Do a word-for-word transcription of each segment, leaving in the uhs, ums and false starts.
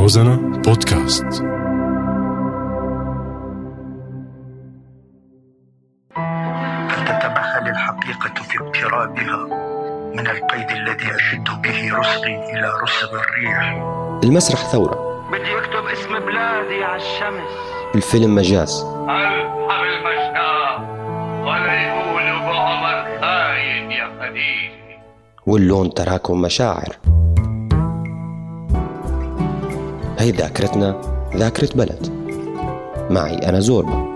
روزانا بودكاست. فلتتمهل الحقيقة في اقترابها من القيد الذي أشد به رسغي إلى رسغ الريح. المسرح ثورة. بدي أكتب اسم بلادي على الشمس. الفيلم مجاز. ألحم المشتاق ولا يقولوا بعمر خاين يا خديجي. واللون تراكم مشاعر. هي ذاكرتنا ذاكرة بلد. معي أنا زوربا.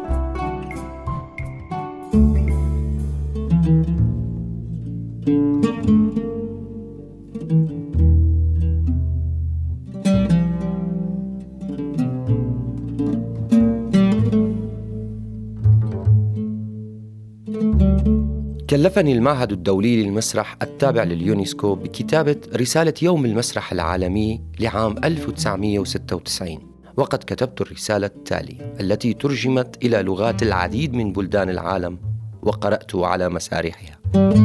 كلفني المعهد الدولي للمسرح التابع لليونسكو بكتابة رسالة يوم المسرح العالمي لعام ألف وتسعمائة وستة وتسعين، وقد كتبت الرسالة التالية التي ترجمت إلى لغات العديد من بلدان العالم وقرأت على مسارحها.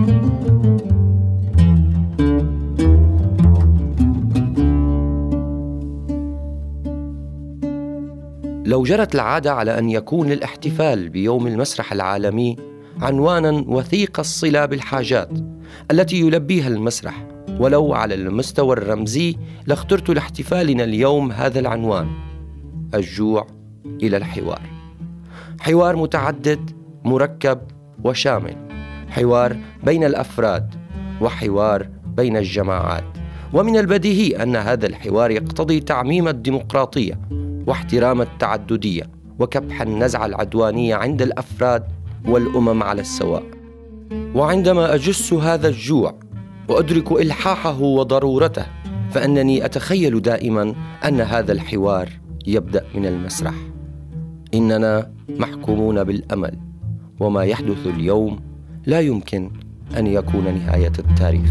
لو جرت العادة على أن يكون للاحتفال بيوم المسرح العالمي عنوانا وثيق الصلة بالحاجات التي يلبيها المسرح ولو على المستوى الرمزي، لاخترت لاحتفالنا اليوم هذا العنوان: الجوع إلى الحوار. حوار متعدد مركب وشامل، حوار بين الأفراد وحوار بين الجماعات. ومن البديهي أن هذا الحوار يقتضي تعميم الديمقراطية واحترام التعددية وكبح النزعة العدوانية عند الأفراد والأمم على السواء. وعندما أجس هذا الجوع وأدرك إلحاحه وضرورته، فأنني أتخيل دائما أن هذا الحوار يبدأ من المسرح. إننا محكومون بالأمل، وما يحدث اليوم لا يمكن أن يكون نهاية التاريخ.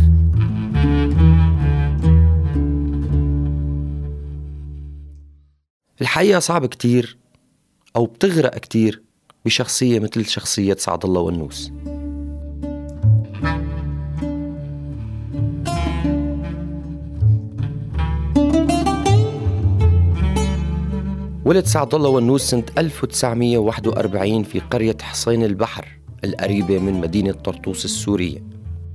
الحقيقة صعب كتير أو بتغرق كتير بشخصية مثل شخصية سعد الله والنوس. ولد سعد الله والنوس سنة ألف وتسعمائة وواحد وأربعين في قرية حصين البحر القريبة من مدينة طرطوس السورية،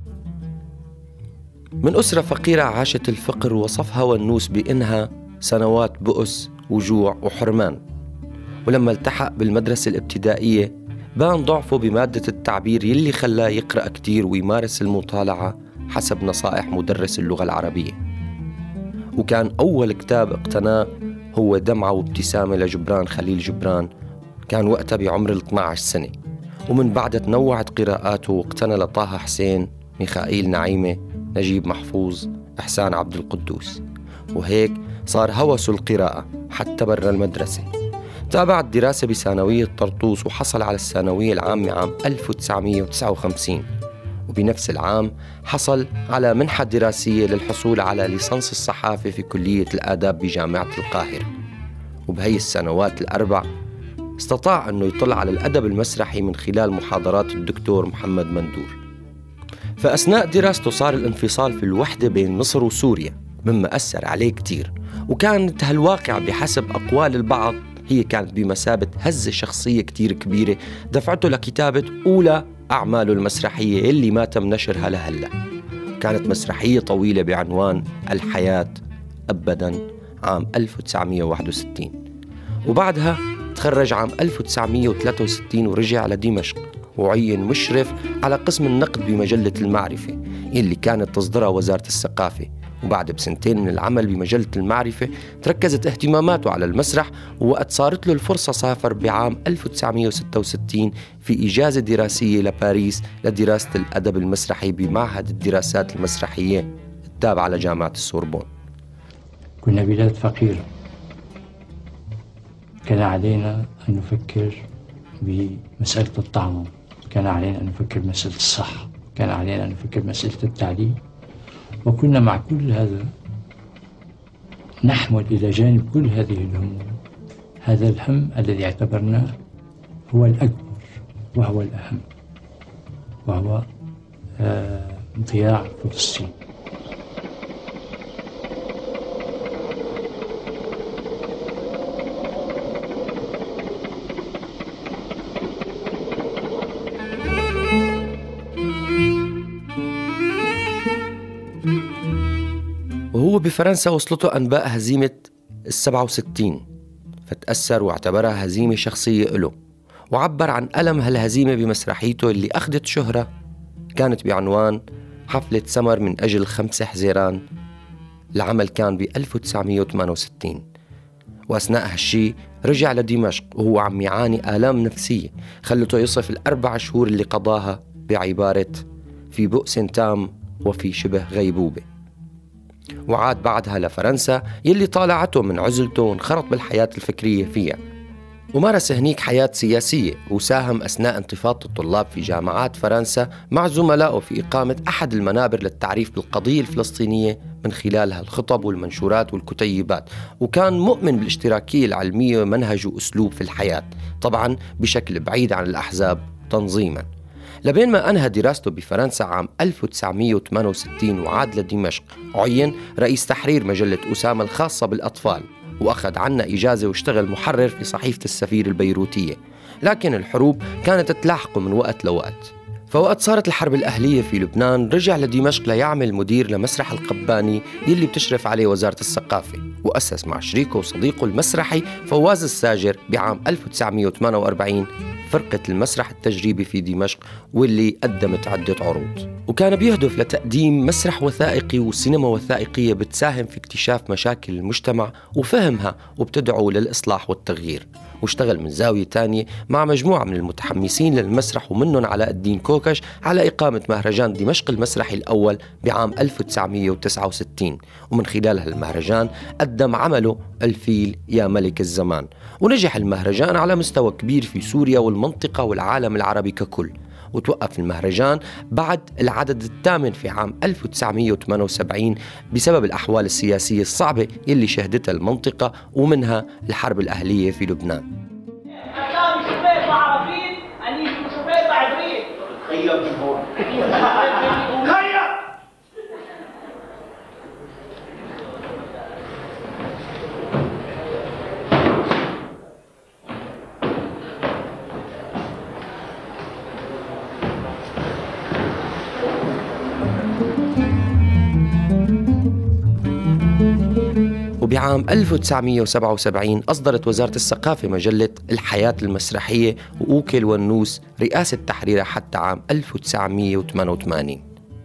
من أسرة فقيرة عاشت الفقر وصفها والنوس بأنها سنوات بؤس وجوع وحرمان. ولما التحق بالمدرسة الابتدائية بان ضعفه بمادة التعبير يلي خلاه يقرأ كتير ويمارس المطالعة حسب نصائح مدرس اللغة العربية. وكان أول كتاب اقتناه هو دمعة وابتسامة لجبران خليل جبران، كان وقتها بعمر اثنتي عشرة سنة. ومن بعد تنوعت قراءاته واقتنى لطه حسين، ميخائيل نعيمة، نجيب محفوظ، إحسان عبد القدوس. وهيك صار هوس القراءة حتى برا المدرسة. تابع الدراسة بثانوية طرطوس وحصل على الثانوية العامة عام ألف وتسعمائة وتسعة وخمسين، وبنفس العام حصل على منحة دراسية للحصول على ليسانس الصحافة في كلية الآداب بجامعة القاهرة. وبهي السنوات الأربع استطاع أنه يطلع على الأدب المسرحي من خلال محاضرات الدكتور محمد مندور. فأثناء دراسته صار الانفصال في الوحدة بين مصر وسوريا مما أثر عليه كتير، وكانت هالواقع بحسب أقوال البعض هي كانت بمثابة هزة شخصية كتير كبيرة دفعته لكتابة أولى أعماله المسرحية اللي ما تم نشرها لهلا. كانت مسرحية طويلة بعنوان الحياة أبدا عام ألف وتسعمائة وواحد وستين. وبعدها تخرج عام ألف وتسعمائة وثلاثة وستين ورجع لدمشق وعين مشرف على قسم النقد بمجلة المعرفة اللي كانت تصدرها وزارة الثقافة. وبعد بسنتين من العمل بمجلة المعرفة تركزت اهتماماته على المسرح، ووقت صارت له الفرصة سافر بعام ألف وتسعمائة وستة وستين في إجازة دراسية لباريس لدراسة الأدب المسرحي بمعهد الدراسات المسرحية التابعة لجامعة السوربون. كنا بلاد فقيرة، كان علينا أن نفكر بمسألة الطعام، كان علينا أن نفكر بمسألة الصحة، كان علينا أن نفكر بمسألة التعليم. وكنا مع كل هذا نحمل إلى جانب كل هذه الهموم هذا الهم الذي اعتبرناه هو الأكبر وهو الأهم، وهو ضياع فلسطين. وهو بفرنسا وصلته أنباء هزيمة السبعة وستين، فتأثر واعتبرها هزيمة شخصية له، وعبر عن ألم هالهزيمة بمسرحيته اللي أخذت شهرة كانت بعنوان حفلة سمر من أجل خمسة حزيران. العمل كان ب ألف وتسعمية وثمانية وستين، وأثناء هالشي رجع لدمشق وهو عم يعاني آلام نفسية خلته يصف الأربع شهور اللي قضاها بعبارة في بؤس تام وفي شبه غيبوبة. وعاد بعدها لفرنسا يلي طالعته من عزلته وانخرط بالحياة الفكرية فيها، ومارس هنيك حياة سياسية، وساهم أثناء انتفاضة الطلاب في جامعات فرنسا مع زملائه في إقامة أحد المنابر للتعريف بالقضية الفلسطينية من خلالها الخطب والمنشورات والكتيبات، وكان مؤمن بالاشتراكية العلمية ومنهج وأسلوب في الحياة، طبعا بشكل بعيد عن الأحزاب تنظيما. لبين ما أنهى دراسته بفرنسا عام ألف وتسعمية وثمانية وستين وعاد لدمشق، عين رئيس تحرير مجلة أسامة الخاصة بالأطفال، وأخذ عنا إجازة واشتغل محرر في صحيفة السفير البيروتية. لكن الحروب كانت تلاحقه من وقت لوقت، فوقت صارت الحرب الأهلية في لبنان رجع لدمشق ليعمل مدير لمسرح القباني يلي بتشرف عليه وزارة الثقافة، وأسس مع شريكه وصديقه المسرحي فواز الساجر بعام ألف وتسعمية وثمانية وأربعين فرقة المسرح التجريبي في دمشق، واللي قدمت عدة عروض. وكان بيهدف لتقديم مسرح وثائقي وسينما وثائقية بتساهم في اكتشاف مشاكل المجتمع وفهمها وبتدعو للإصلاح والتغيير. واشتغل من زاوية تانية مع مجموعة من المتحمسين للمسرح ومنهم علاء الدين كوكش على إقامة مهرجان دمشق المسرحي الأول بعام ألف وتسعمية وتسعة وستين، ومن خلال هالمهرجان قدم عمله الفيل يا ملك الزمان. ونجح المهرجان على مستوى كبير في سوريا والمنطقة والعالم العربي ككل. وتوقف المهرجان بعد العدد الثامن في عام ألف وتسعمية وثمانية وسبعين بسبب الأحوال السياسية الصعبة اللي شهدتها المنطقة ومنها الحرب الأهلية في لبنان. وبعام ألف وتسعمية وسبعة وسبعين أصدرت وزارة الثقافة مجلة الحياة المسرحية، وأوكل والنوس رئاسة تحريرها حتى عام ألف وتسعمية وثمانية وثمانين.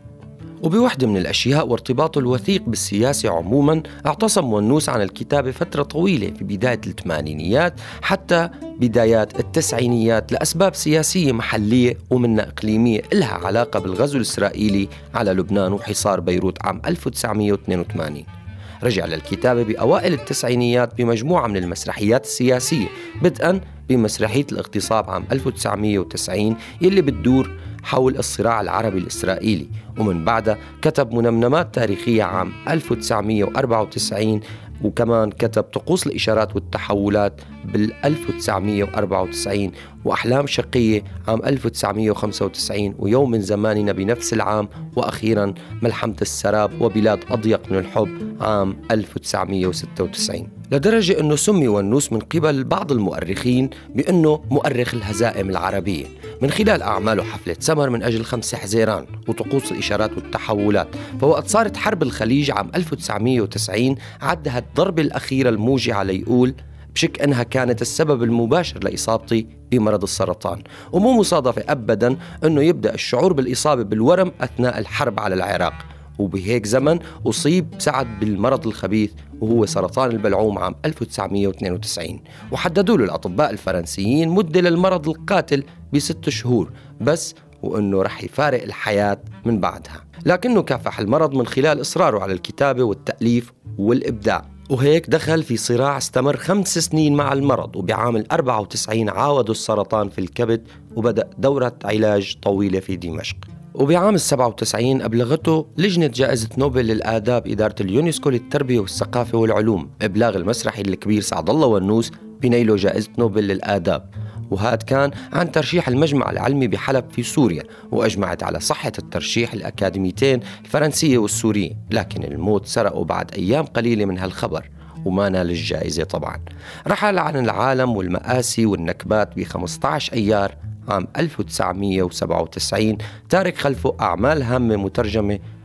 وبوحدة من الأشياء وارتباطه الوثيق بالسياسة عموما، اعتصم والنوس عن الكتابة فترة طويلة في بداية الثمانينيات حتى بدايات التسعينيات لأسباب سياسية محلية ومنها إقليمية إلها علاقة بالغزو الإسرائيلي على لبنان وحصار بيروت عام ألف وتسعمية واثنين وثمانين. رجع للكتابة بأوائل التسعينيات بمجموعة من المسرحيات السياسية، بدءا بمسرحية الاغتصاب عام ألف وتسعمية وتسعين يلي بتدور حول الصراع العربي الإسرائيلي، ومن بعدها كتب منمنمات تاريخية عام ألف وتسعمية وأربعة وتسعين، وكمان كتب طقوس الإشارات والتحولات بال ألف وتسعمية وأربعة وتسعين، وأحلام شقية عام ألف وتسعمية وخمسة وتسعين، ويوم من زماننا بنفس العام، وأخيرا ملحمة السراب وبلاد أضيق من الحب عام ألف وتسعمية وستة وتسعين. لدرجة أنه سمي والنوس من قبل بعض المؤرخين بأنه مؤرخ الهزائم العربية من خلال أعماله حفلة سمر من أجل خمسة حزيران وطقوس الإشارات والتحولات. فوقت صارت حرب الخليج عام ألف وتسعمية وتسعين عدها الضربة الأخيرة الموجعة ليقول بشك أنها كانت السبب المباشر لإصابتي بمرض السرطان، ومو مصادفة أبدا أنه يبدأ الشعور بالإصابة بالورم أثناء الحرب على العراق، وبهيك زمن أصيب سعد بالمرض الخبيث وهو سرطان البلعوم عام ألف وتسعمية واثنين وتسعين، وحددوا له الأطباء الفرنسيين مدة للمرض القاتل بست شهور بس، وأنه رح يفارق الحياة من بعدها. لكنه كافح المرض من خلال إصراره على الكتابة والتأليف والإبداع، وهيك دخل في صراع استمر خمس سنين مع المرض، وبعام الأربعة وتسعين عاودوا السرطان في الكبد وبدأ دورة علاج طويلة في دمشق. وبعام السبعة وتسعين أبلغته لجنة جائزة نوبل للآداب إدارة اليونسكو للتربية والثقافة والعلوم إبلاغ المسرحي الكبير سعد الله والنوس بنيله جائزة نوبل للآداب، وهذا كان عن ترشيح المجمع العلمي بحلب في سوريا، وأجمعت على صحة الترشيح الأكاديميتين الفرنسية والسورية، لكن الموت سرقه بعد أيام قليلة من هالخبر وما نال الجائزة طبعا. رحل عن العالم والمآسي والنكبات ب خمسة عشر أيار عام ألف وتسعمية وسبعة وتسعين، تارك خلفه أعمال هامة مترجمة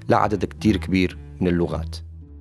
لعدد كتير كبير من اللغات.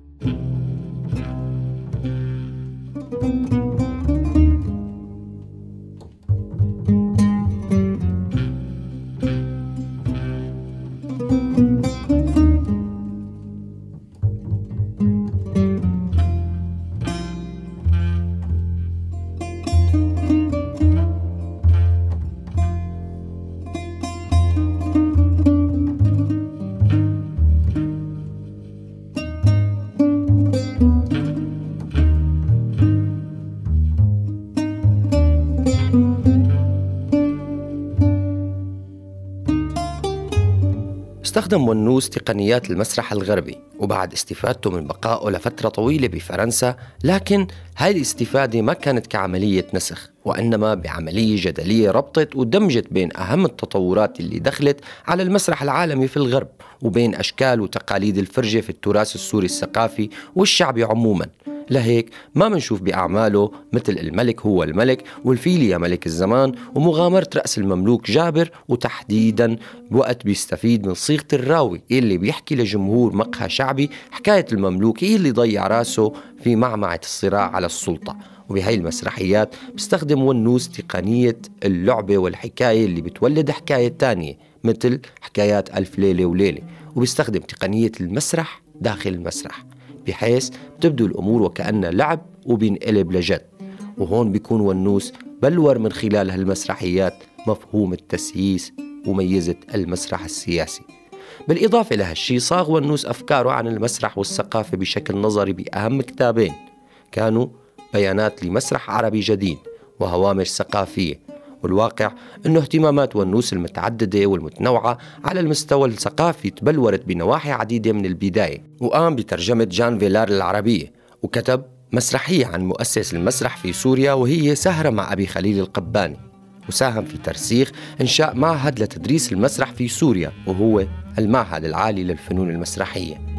استخدم ونوس تقنيات المسرح الغربي، وبعد استفادته من بقائه لفترة طويلة بفرنسا، لكن هاي الاستفادة ما كانت كعملية نسخ، وإنما بعملية جدلية ربطت ودمجت بين أهم التطورات اللي دخلت على المسرح العالمي في الغرب، وبين أشكال وتقاليد الفرجة في التراث السوري الثقافي والشعبي عموما. لهيك ما منشوف بأعماله مثل الملك هو الملك، والفيل يا ملك الزمان، ومغامرة رأس المملوك جابر، وتحديدا بوقت بيستفيد من صيغة الراوي اللي بيحكي لجمهور مقهى شعبي حكاية المملوك اللي ضيع راسه في معمعة الصراع على السلطة. وبهاي المسرحيات بيستخدم ونوس تقنية اللعبة والحكاية اللي بتولد حكاية تانية مثل حكايات ألف ليلة وليلة، وبيستخدم تقنية المسرح داخل المسرح، بحيث بتبدو الأمور وكأنها لعب وبينقلب لجد. وهون بيكون ونوس بلور من خلال هالمسرحيات مفهوم التسييس وميزة المسرح السياسي. بالإضافة لهالشي صاغ ونوس أفكاره عن المسرح والثقافة بشكل نظري بأهم كتابين كانوا بيانات لمسرح عربي جديد وهوامش ثقافية. والواقع أنه اهتمامات ونوس المتعددة والمتنوعة على المستوى الثقافي تبلورت بنواحي عديدة من البداية، وقام بترجمة جان فيلار العربية، وكتب مسرحية عن مؤسس المسرح في سوريا وهي سهرة مع أبي خليل القباني، وساهم في ترسيخ إنشاء معهد لتدريس المسرح في سوريا وهو المعهد العالي للفنون المسرحية.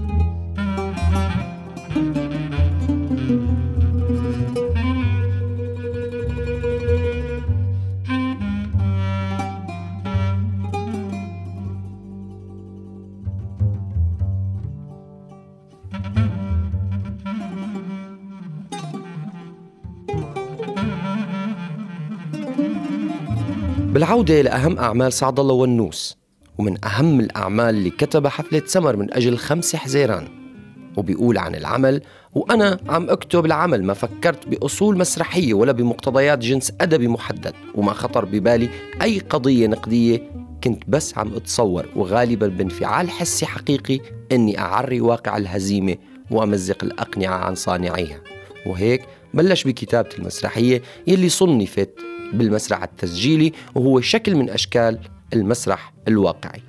بالعودة لأهم أعمال سعد الله ونوس، ومن أهم الأعمال اللي كتبها حفلة سمر من أجل خمس حزيران، وبيقول عن العمل: وأنا عم أكتب العمل ما فكرت بأصول مسرحية ولا بمقتضيات جنس أدبي محدد، وما خطر ببالي أي قضية نقدية، كنت بس عم أتصور وغالبا بانفعال حسي حقيقي أني أعري واقع الهزيمة وأمزق الأقنعة عن صانعيها. وهيك بلش بكتابة المسرحية يلي صنفت بالمسرح التسجيلي، وهو شكل من أشكال المسرح الواقعي.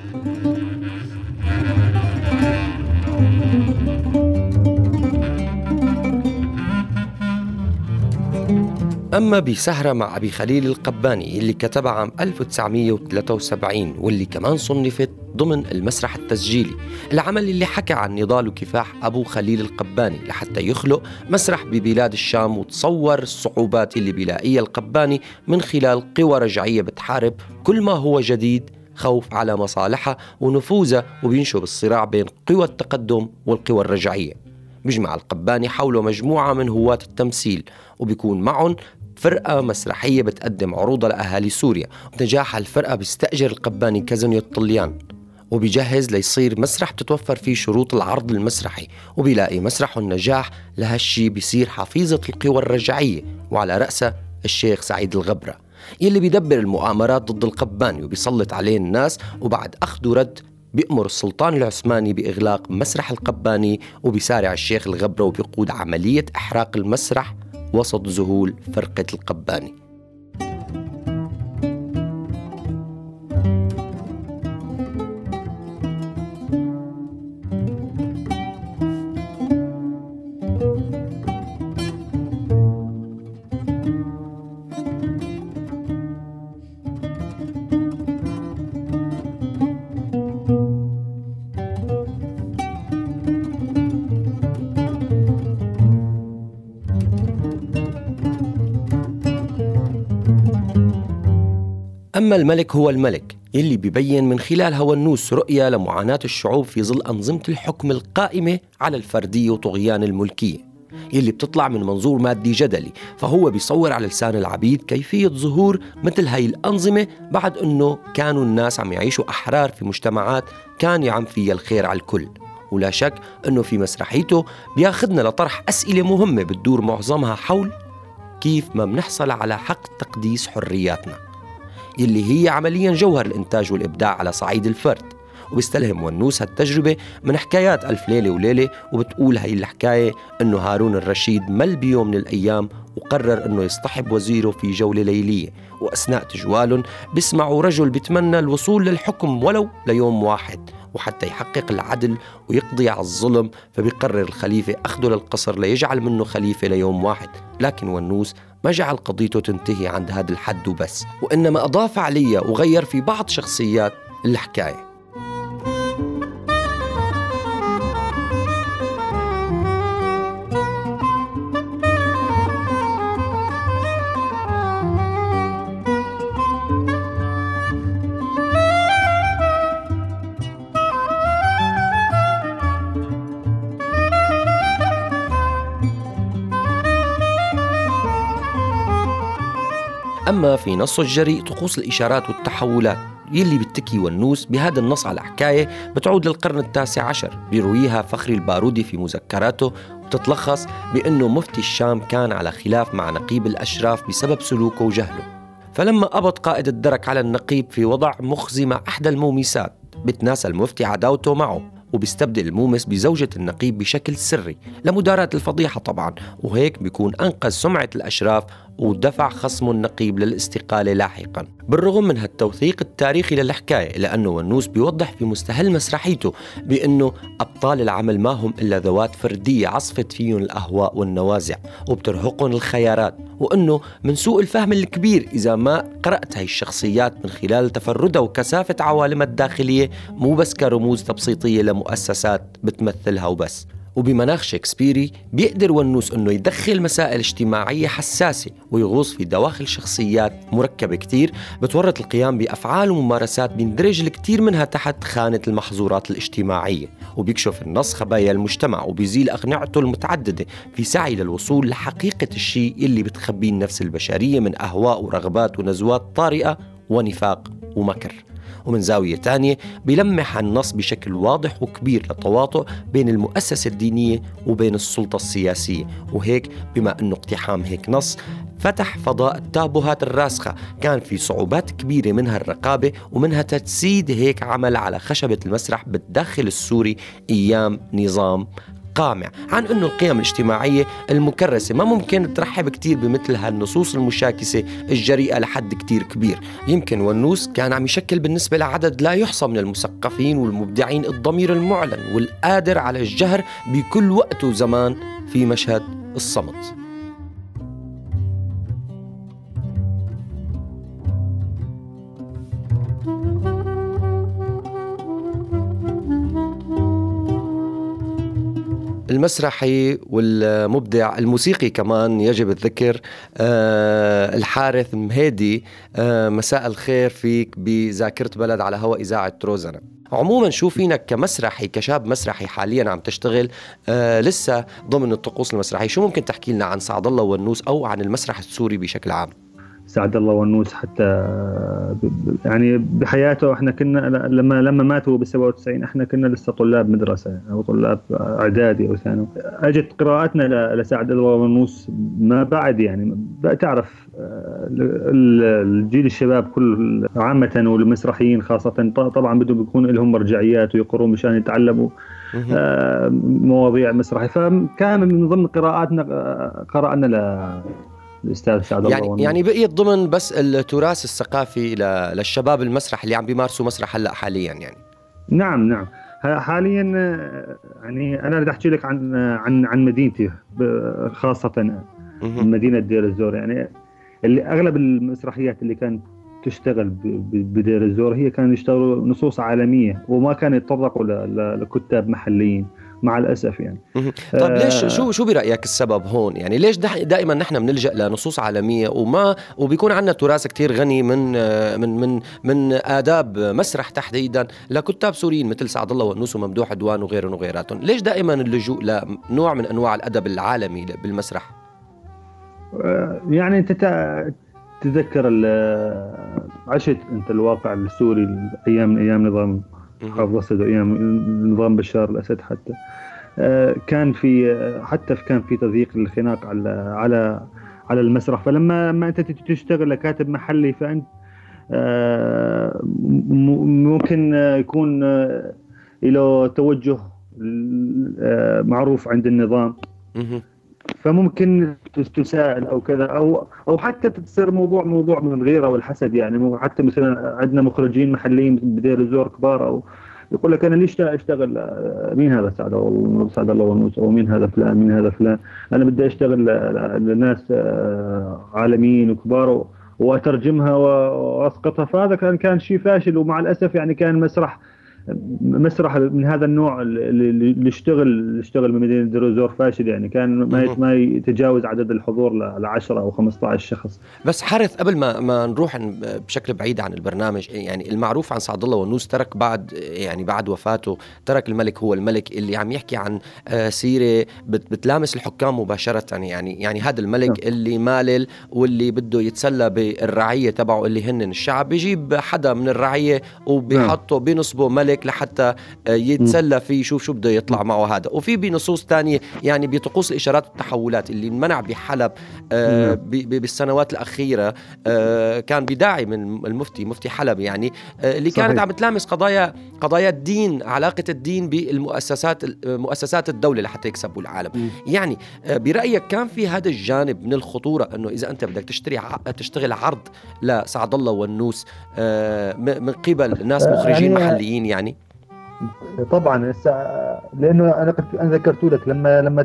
أما بسهرة مع أبي خليل القباني اللي كتبها عام ألف وتسعمية وثلاثة وسبعين واللي كمان صنفت ضمن المسرح التسجيلي، العمل اللي حكى عن نضال وكفاح أبو خليل القباني لحتى يخلق مسرح ببلاد الشام، وتصور الصعوبات اللي بيلاقيها القباني من خلال قوى رجعية بتحارب كل ما هو جديد، خوف على مصالحها ونفوذها، وبينشب الصراع بين قوى التقدم والقوى الرجعية. بيجمع القباني حوله مجموعة من هواة التمثيل، وبيكون معهم فرقة مسرحية بتقدم عروضها لأهالي سوريا. بنجاح الفرقة بيستأجر القباني كازينو الطليان، وبيجهز ليصير مسرح بتتوفر فيه شروط العرض المسرحي، وبيلاقي مسرحه النجاح. لهالشي بيصير حفيظة القوى الرجعية وعلى رأسه الشيخ سعيد الغبرة يلي بيدبر المؤامرات ضد القباني وبيسلط عليه الناس. وبعد أخذ ورد بيأمر السلطان العثماني بإغلاق مسرح القباني، وبيسارع الشيخ الغبرة وبيقود عملية إحراق المسرح وسط ذهول فرقة القباني. أما الملك هو الملك يلي بيبين من خلالها ونوس رؤية لمعاناة الشعوب في ظل أنظمة الحكم القائمة على الفردية وطغيان الملكية، يلي بتطلع من منظور مادي جدلي. فهو بيصور على لسان العبيد كيفية ظهور مثل هاي الأنظمة بعد أنه كانوا الناس عم يعيشوا أحرار في مجتمعات كان يعم فيها الخير على الكل. ولا شك أنه في مسرحيته بياخدنا لطرح أسئلة مهمة بتدور معظمها حول كيف ما بنحصل على حق تقديس حرياتنا، يلي هي عملياً جوهر الإنتاج والإبداع على صعيد الفرد. وبيستلهم ونوس هالتجربة من حكايات ألف ليلة وليلة، وبتقول هاي الحكاية أنه هارون الرشيد مل بيوم من الأيام وقرر أنه يصطحب وزيره في جولة ليلية، وأثناء تجوالهم بيسمعوا رجل بيتمنى الوصول للحكم ولو ليوم واحد وحتى يحقق العدل ويقضي على الظلم. فبيقرر الخليفة أخذه للقصر ليجعل منه خليفة ليوم واحد. لكن ونوس ما جعل قضيته تنتهي عند هذا الحد وبس، وإنما أضاف عليها وغير في بعض شخصيات الحكاية. أما في نص الجريء طقوس الإشارات والتحولات يلي بتكي ونوس بهذا النص على حكاية بتعود للقرن التاسع عشر، بيرويها فخري البارودي في مذكراته، وتتلخص بأنه مفتي الشام كان على خلاف مع نقيب الأشراف بسبب سلوكه وجهله. فلما قبض قائد الدرك على النقيب في وضع مخزي مع أحدى المومسات، بتناسى المفتي عداوته معه وبيستبدل المومس بزوجة النقيب بشكل سري لمداراة الفضيحة طبعا، وهيك بيكون أنقذ سمعة الأشراف ودفع خصم النقيب للاستقالة لاحقا. بالرغم من هالتوثيق التاريخي للحكاية، لأنه ونوس بيوضح في مستهل مسرحيته بأنه أبطال العمل ما هم إلا ذوات فردية عصفت فيهم الأهواء والنوازع وبترهقهم الخيارات، وأنه من سوء الفهم الكبير إذا ما قرأت هاي الشخصيات من خلال تفردها وكثافة عوالمها الداخلية مو بس كرموز تبسيطية لمؤسسات بتمثلها وبس. وبمناخ شكسبيري بيقدر ونوس أنه يدخل مسائل اجتماعية حساسة ويغوص في دواخل شخصيات مركبة كتير بتورط القيام بأفعال وممارسات بيندرج الكثير منها تحت خانة المحظورات الاجتماعية، وبيكشف النص خبايا المجتمع وبيزيل أقنعته المتعددة في سعي للوصول لحقيقة الشيء اللي بتخبيه النفس البشرية من أهواء ورغبات ونزوات طارئة ونفاق ومكر. ومن زاوية تانية بيلمح النص بشكل واضح وكبير للتواطؤ بين المؤسسة الدينية وبين السلطة السياسية، وهيك بما أنه اقتحام هيك نص فتح فضاء التابوهات الراسخة كان في صعوبات كبيرة، منها الرقابة ومنها تجسيد هيك عمل على خشبة المسرح بالداخل السوري أيام نظام قامع، عن أنه القيم الاجتماعية المكرسة ما ممكن ترحب كتير بمثل هالنصوص المشاكسة الجريئة لحد كتير كبير. يمكن ونوس كان عم يشكل بالنسبة لعدد لا يحصى من المثقفين والمبدعين الضمير المعلن والقادر على الجهر بكل وقت وزمان في مشهد الصمت. المسرحي والمبدع الموسيقي كمان يجب الذكر آه الحارث مهيدي. آه مساء الخير فيك بذاكرة بلد على هوا إذاعة روزنا. عموما شو فينك كمسرحي كشاب مسرحي حاليا عم تشتغل آه لسه ضمن الطقوس المسرحية، شو ممكن تحكي لنا عن سعد الله ونوس أو عن المسرح السوري بشكل عام؟ سعد الله ونوس حتى يعني بحياته احنا كنا لما لما ماتوا بالسبعة وتسعين احنا كنا لسه طلاب مدرسة او طلاب اعدادي او ثانوي. اجت قراءتنا لسعد الله ونوس ما بعد يعني تعرف الجيل الشباب كل عامة والمسرحيين خاصة طبعا بدهم يكون لهم مرجعيات ويقرون مشان يتعلموا مواضيع المسرحي، فكان من ضمن قراءاتنا قرأنا ل الأستاذ سعد الله يعني ونوس. يعني بقيت ضمن بس التراث الثقافي للشباب المسرح اللي عم بيمارسوا مسرح هلا حاليا يعني. نعم نعم حاليا يعني أنا بدي أحكي لك عن عن عن مدينتي خاصة مدينة دير الزور، يعني اللي أغلب المسرحيات اللي كانت تشتغل بدير الزور هي كانوا يشتغلوا نصوص عالمية وما كانوا يتطرقوا لكتاب محليين، مع الاسف يعني. طيب ليش شو شو برايك السبب هون؟ يعني ليش دائما نحن بنلجا لنصوص عالميه وما وبيكون عندنا تراث كتير غني من من من من آداب مسرح تحديدا لكتاب سوريين مثل سعد الله والنوس وممدوح عدوان وغيرهم وغيراتهم، ليش دائما اللجوء لنوع من انواع الادب العالمي بالمسرح؟ يعني انت تتذكر عشت انت الواقع السوري ايام من ايام نظام حافظ الاسد وايام نظام بشار الاسد، حتى كان في حتى كان في تضييق للخناق على على على المسرح. فلما ما انت تشتغل كاتب محلي فانت ممكن يكون له توجه معروف عند النظام، فممكن تساعد او كذا او او حتى تصير موضوع موضوع من الغيره والحسد. يعني حتى مثلا عندنا مخرجين محليين بدير الزور كبار او يقول لك انا ليش اشتغل مين هذا سعد الله سعد الله والنوس او مين هذا فلان مين هذا فلان، انا بدي اشتغل لناس عالميين وكبار واترجمها واسقطها. فهذا كان كان شيء فاشل، ومع الاسف يعني كان مسرح مسرح من هذا النوع اللي اشتغل اللي اشتغل بمدينه دير الزور فاشل. يعني كان ما ما يتجاوز عدد الحضور ل عشرة او خمسة عشر شخص. بس حارث، قبل ما ما نروح بشكل بعيد عن البرنامج، يعني المعروف عن سعد الله والنوس ترك بعد يعني بعد وفاته ترك الملك هو الملك، اللي عم يحكي عن سيره بتلامس الحكام مباشره. يعني يعني هذا الملك اللي مالل واللي بده يتسلى بالرعيه تبعه اللي هن الشعب، بيجيب حدا من الرعيه وبيحطه بينصبه ملك لحتى يتسلى فيه، يشوف شو بده يطلع معه هذا. وفي بنصوص تانية يعني بطقوس الإشارات والتحولات اللي انمنع بحلب آه بالسنوات الأخيرة، آه كان بداعي من المفتي مفتي حلب يعني آه اللي كانت عم تلامس قضايا قضايا الدين، علاقة الدين بالمؤسسات مؤسسات الدولة لحتى يكسبوا العالم. يعني آه برأيك كان في هذا الجانب من الخطورة، أنه إذا أنت بدك تشتري تشتغل عرض لسعد الله والنوس آه من قبل ناس مخرجين يعني محليين؟ يعني طبعا لانه انا انا ذكرت لك لما لما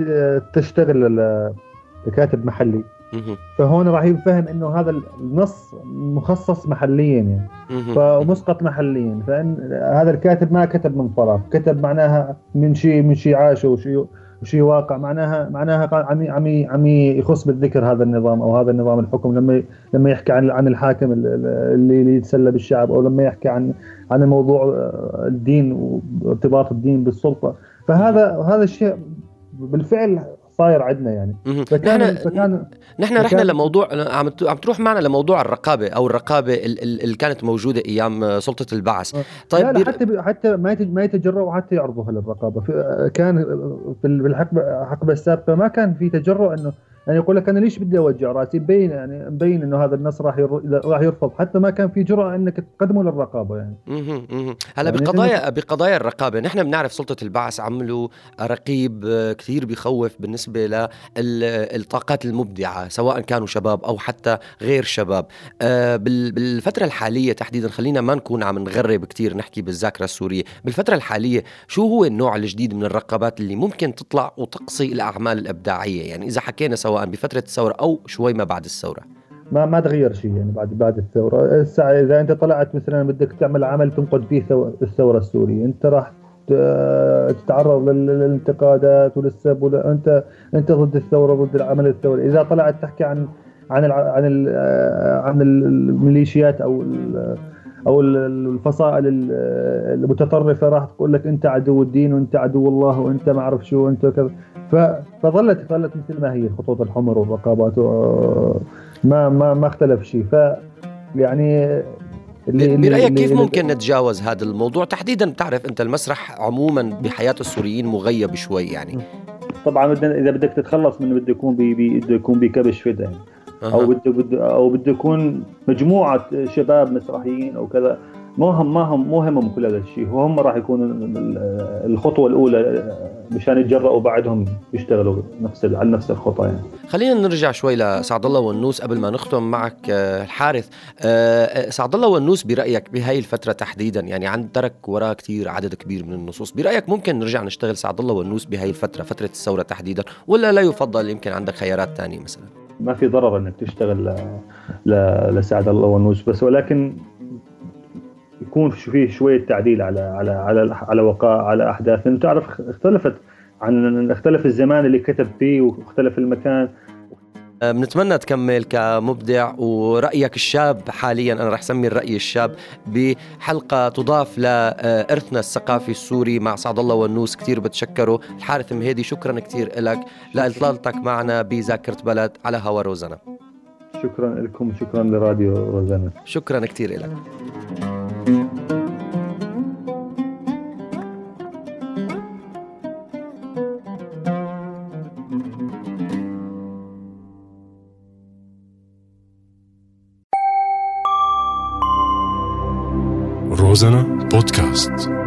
تشتغل ككاتب محلي فهون راح يفهم انه هذا النص مخصص محليا يعني فمسقط محليا، فان هذا الكاتب ما كتب من فراغ، كتب معناها من شيء من شيء عاشه وشيء وشيء واقع، معناها معناها عم عم عم يخص بالذكر هذا النظام او هذا النظام الحكم، لما لما يحكي عن عن الحاكم اللي يتسلى بالشعب، او لما يحكي عن عن موضوع الدين وارتباط الدين بالسلطه. فهذا هذا الشيء بالفعل صاير عندنا يعني. فكان فكان نحن رحنا لموضوع عم عم تروح معنا لموضوع الرقابه او الرقابه اللي كانت موجوده ايام سلطه البعث. طيب لا لا حتى حتى ما ما يتجرؤوا حتى يعرضوا هالرقابه. كان في الحقبه الحقبه السابقه ما كان في تجرؤ انه يعني يقول لك انا ليش بدي اوجع راسي، مبين يعني مبين انه هذا النص راح راح يرفض، حتى ما كان في جرأة انك تقدمه للرقابه يعني. اها اها هلا يعني بقضايا بقضايا الرقابه نحن بنعرف سلطه البعث عملوا رقيب كثير بيخوف بالنسبه للطاقات المبدعه سواء كانوا شباب او حتى غير شباب. بالفتره الحاليه تحديدا، خلينا ما نكون عم نغرب كثير نحكي بالذاكره السوريه، بالفتره الحاليه شو هو النوع الجديد من الرقابات اللي ممكن تطلع وتقصي الاعمال الابداعيه؟ يعني اذا حكينا سواء بفترة الثورة أو شوي ما بعد الثورة. ما ما تغير شيء يعني بعد بعد الثورة. إذا أنت طلعت مثلا بدك تعمل عمل تنقد فيه الثورة السورية، أنت راح تتعرض للانتقادات وللسب، ولا أنت أنت ضد الثورة ضد العمل الثوري. إذا طلعت تحكي عن عن ال عن ال عن الميليشيات أو أو الفصائل المتطرفة راح تقول لك أنت عدو الدين وأنت عدو الله وأنت ما أعرف شو وأنت كذا. فظلت ظلت مثل ما هي الخطوط الحمر والرقابات، ما ما ما اختلف شيء. ف يعني اللي برأيك كيف ممكن نتجاوز هذا الموضوع تحديدا؟ بتعرف انت المسرح عموما بحياة السوريين مغيب شوي يعني. طبعا اذا بدك تتخلص منه بده يكون بده يكون بكبش فدا يعني. او بده بده او بده يكون مجموعة شباب مسرحيين او كذا. ما هم ما هم مو همهم كل هذا الشيء، وهم راح يكونوا الخطوة الأولى مشان يتجرؤوا بعدهم يشتغلوا نفس على نفس الخطة يعني. خلينا نرجع شوي لسعد الله والنوس قبل ما نختم معك الحارث. سعد الله والنوس برأيك بهاي الفترة تحديدا يعني عند ترك وراء كتير عدد كبير من النصوص، برأيك ممكن نرجع نشتغل سعد الله والنوس بهاي الفترة فترة الثورة تحديدا، ولا لا يفضل يمكن عندك خيارات تانية مثلا؟ ما في ضرر انك تشتغل ل... ل... لسعد الله والنوس، بس ولكن يكون فيه شوية تعديل على على على على وقائع على أحداث، لأنه تعرف اختلفت عن اختلف الزمان اللي كتب فيه واختلف المكان. بنتمنى تكمل كمبدع، ورأيك الشاب حاليا، أنا رح سمي الرأي الشاب، بحلقة تضاف لإرثنا الثقافي السوري مع سعد الله والنوس. كتير بتشكره الحارث مهيدي، شكرا كتير لك لإطلالتك معنا بذاكرة بلد على هوا روزانا. شكرا لكم وشكرا لراديو روزانا. شكرا كتير لك. روزانا بودكاست.